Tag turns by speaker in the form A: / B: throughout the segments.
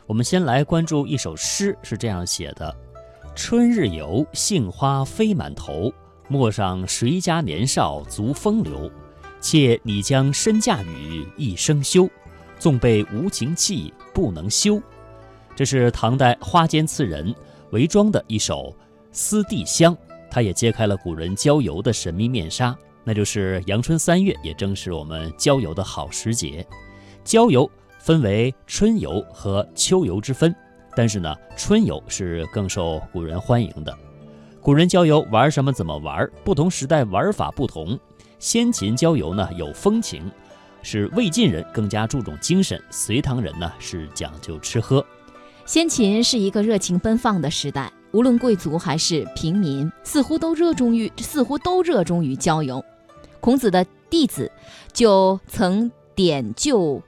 A: 我们先来关注一首诗，是这样写的：春日游，杏花飞满头，陌上谁家年少足风流。妾拟将身嫁与一生休，纵被无情弃不能休。这是唐代花间词人韦庄的一首思帝乡，它也揭开了古人郊游的神秘面纱，那就是阳春3月，也正是我们郊游的好时节。郊游分为春游和秋游之分，但是呢，春游是更受古人欢迎的。古人郊游玩什么怎么玩，不同时代玩法不同。先秦郊游呢有风情，是魏晋人更加注重精神，隋唐人呢是讲究吃喝。
B: 先秦是一个热情奔放的时代，无论贵族还是平民，似乎都热衷于郊游。孔子的弟子就曾点就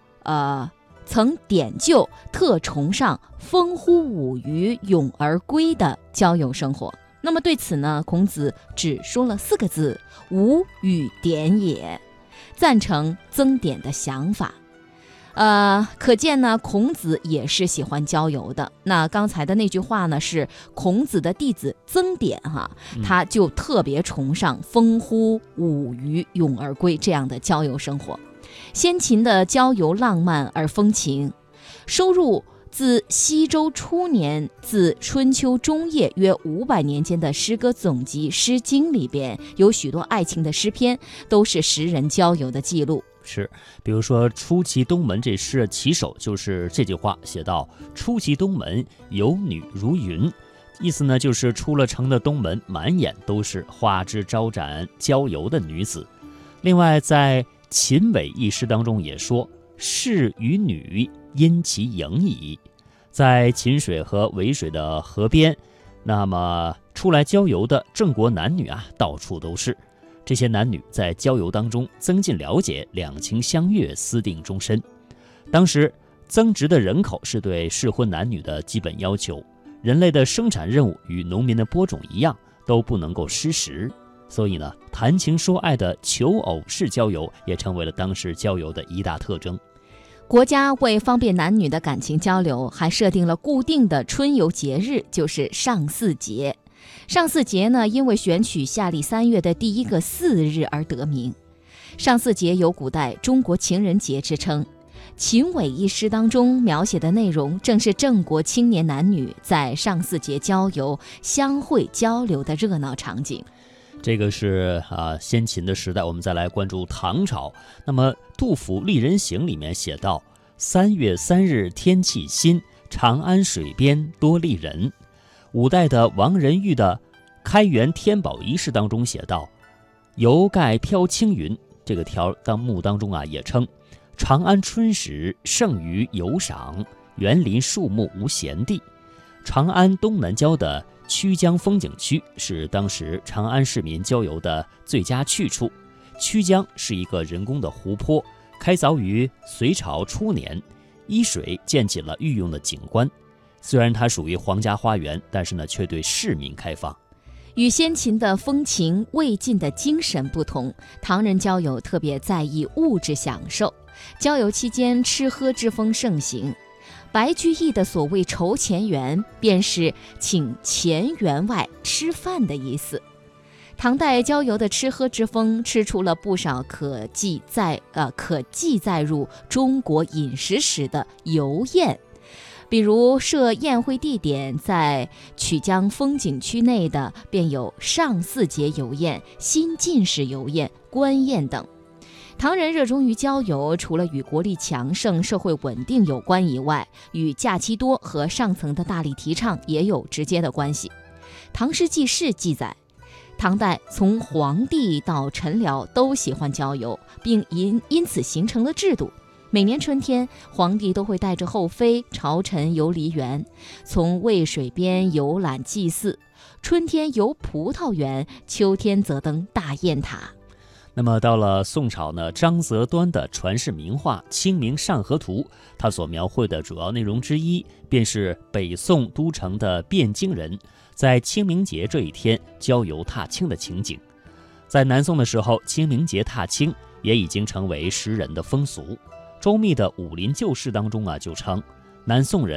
B: 特崇尚风乎舞于咏而归的郊游生活。那么对此呢，孔子只说了4个字：无与典也，赞成曾点的想法。可见呢，孔子也是喜欢郊游的。那刚才的那句话呢，是孔子的弟子曾点他就特别崇尚风乎舞于咏而归这样的郊游生活。先秦的郊游浪漫而风情，收入自西周初年自春秋中叶约500年间的诗歌总集《诗经》里边，有许多爱情的诗篇都是诗人郊游的记录。
A: 是，比如说出其东门这诗的起首就是这句话，写道：出其东门，有女如云。意思呢就是出了城的东门，满眼都是花枝招展郊游的女子。另外在秦尾一诗当中也说：士与女，因其盈矣。在秦水和渭水的河边，那么出来郊游的郑国男女到处都是。这些男女在郊游当中增进了解，两情相悦，私定终身。当时增值的人口是对适婚男女的基本要求，人类的生产任务与农民的播种一样，都不能够失时。所以呢，谈情说爱的求偶式郊游也成为了当时郊游的一大特征。
B: 国家为方便男女的感情交流，还设定了固定的春游节日，就是上巳节。上巳节呢，因为选取夏历3月的第一个巳日而得名。上巳节有古代中国情人节之称。秦尾一诗当中描写的内容，正是郑国青年男女在上巳节郊游、相会交流的热闹场景。
A: 这个是先秦的时代。我们再来关注唐朝。那么杜甫《丽人行》里面写道：3月3日天气新，长安水边多丽人。五代的王仁玉的《开元天宝遗事》当中写道：游盖飘青云。这个条目当中也称长安春时胜于游赏，园林树木无闲地。长安东南郊的曲江风景区是当时长安市民郊游的最佳去处。曲江是一个人工的湖泊，开凿于隋朝初年，依水建起了御用的景观。虽然它属于皇家花园，但是呢，却对市民开放。
B: 与先秦的风情、魏晋的精神不同，唐人郊游特别在意物质享受。郊游期间，吃喝之风盛行。白居易的所谓筹钱园，便是请钱员外吃饭的意思。唐代郊游的吃喝之风，吃出了不少可记载入中国饮食史的游宴。比如设宴会地点在曲江风景区内的，便有上巳节游宴、新进士游宴、官宴等。唐人热衷于郊游，除了与国力强盛、社会稳定有关以外，与假期多和上层的大力提倡也有直接的关系。《唐诗纪事》记载，唐代从皇帝到臣僚都喜欢郊游，并因此形成了制度。每年春天，皇帝都会带着后妃朝臣游梨园，从渭水边游览祭祀。春天游葡萄园，秋天则登大雁塔。
A: 那么到了宋朝呢，张择端的传世名画《清明上河图》，他所描绘的主要内容之一，便是北宋都城的汴京人在清明节这一天郊游踏青的情景。在南宋的时候，清明节踏青也已经成为时人的风俗。周密的《武林旧事》当中就称，南宋人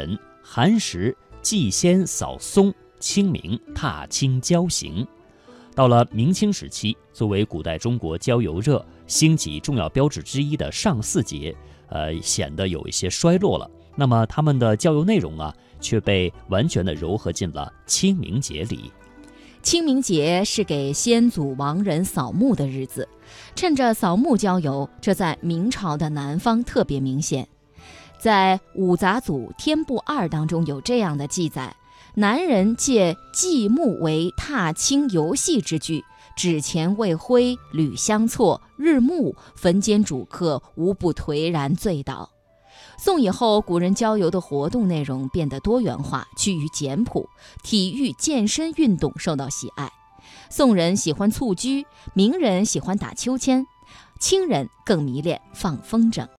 A: 寒食祭先扫松，清明踏青郊行。到了明清时期，作为古代中国郊游热兴起重要标志之一的上巳节，显得有一些衰落了。那么他们的郊游内容却被完全的糅合进了清明节里。
B: 清明节是给先祖亡人扫墓的日子，趁着扫墓郊游，这在明朝的南方特别明显。在《五杂祖天部2》当中有这样的记载：南人借祭墓为踏青游戏之具，纸钱未挥，履相错，日暮，坟间主客无不颓然醉倒。宋以后，古人郊游的活动内容变得多元化，趋于简朴，体育健身运动受到喜爱。宋人喜欢蹴鞠，明人喜欢打秋千，清人更迷恋放风筝。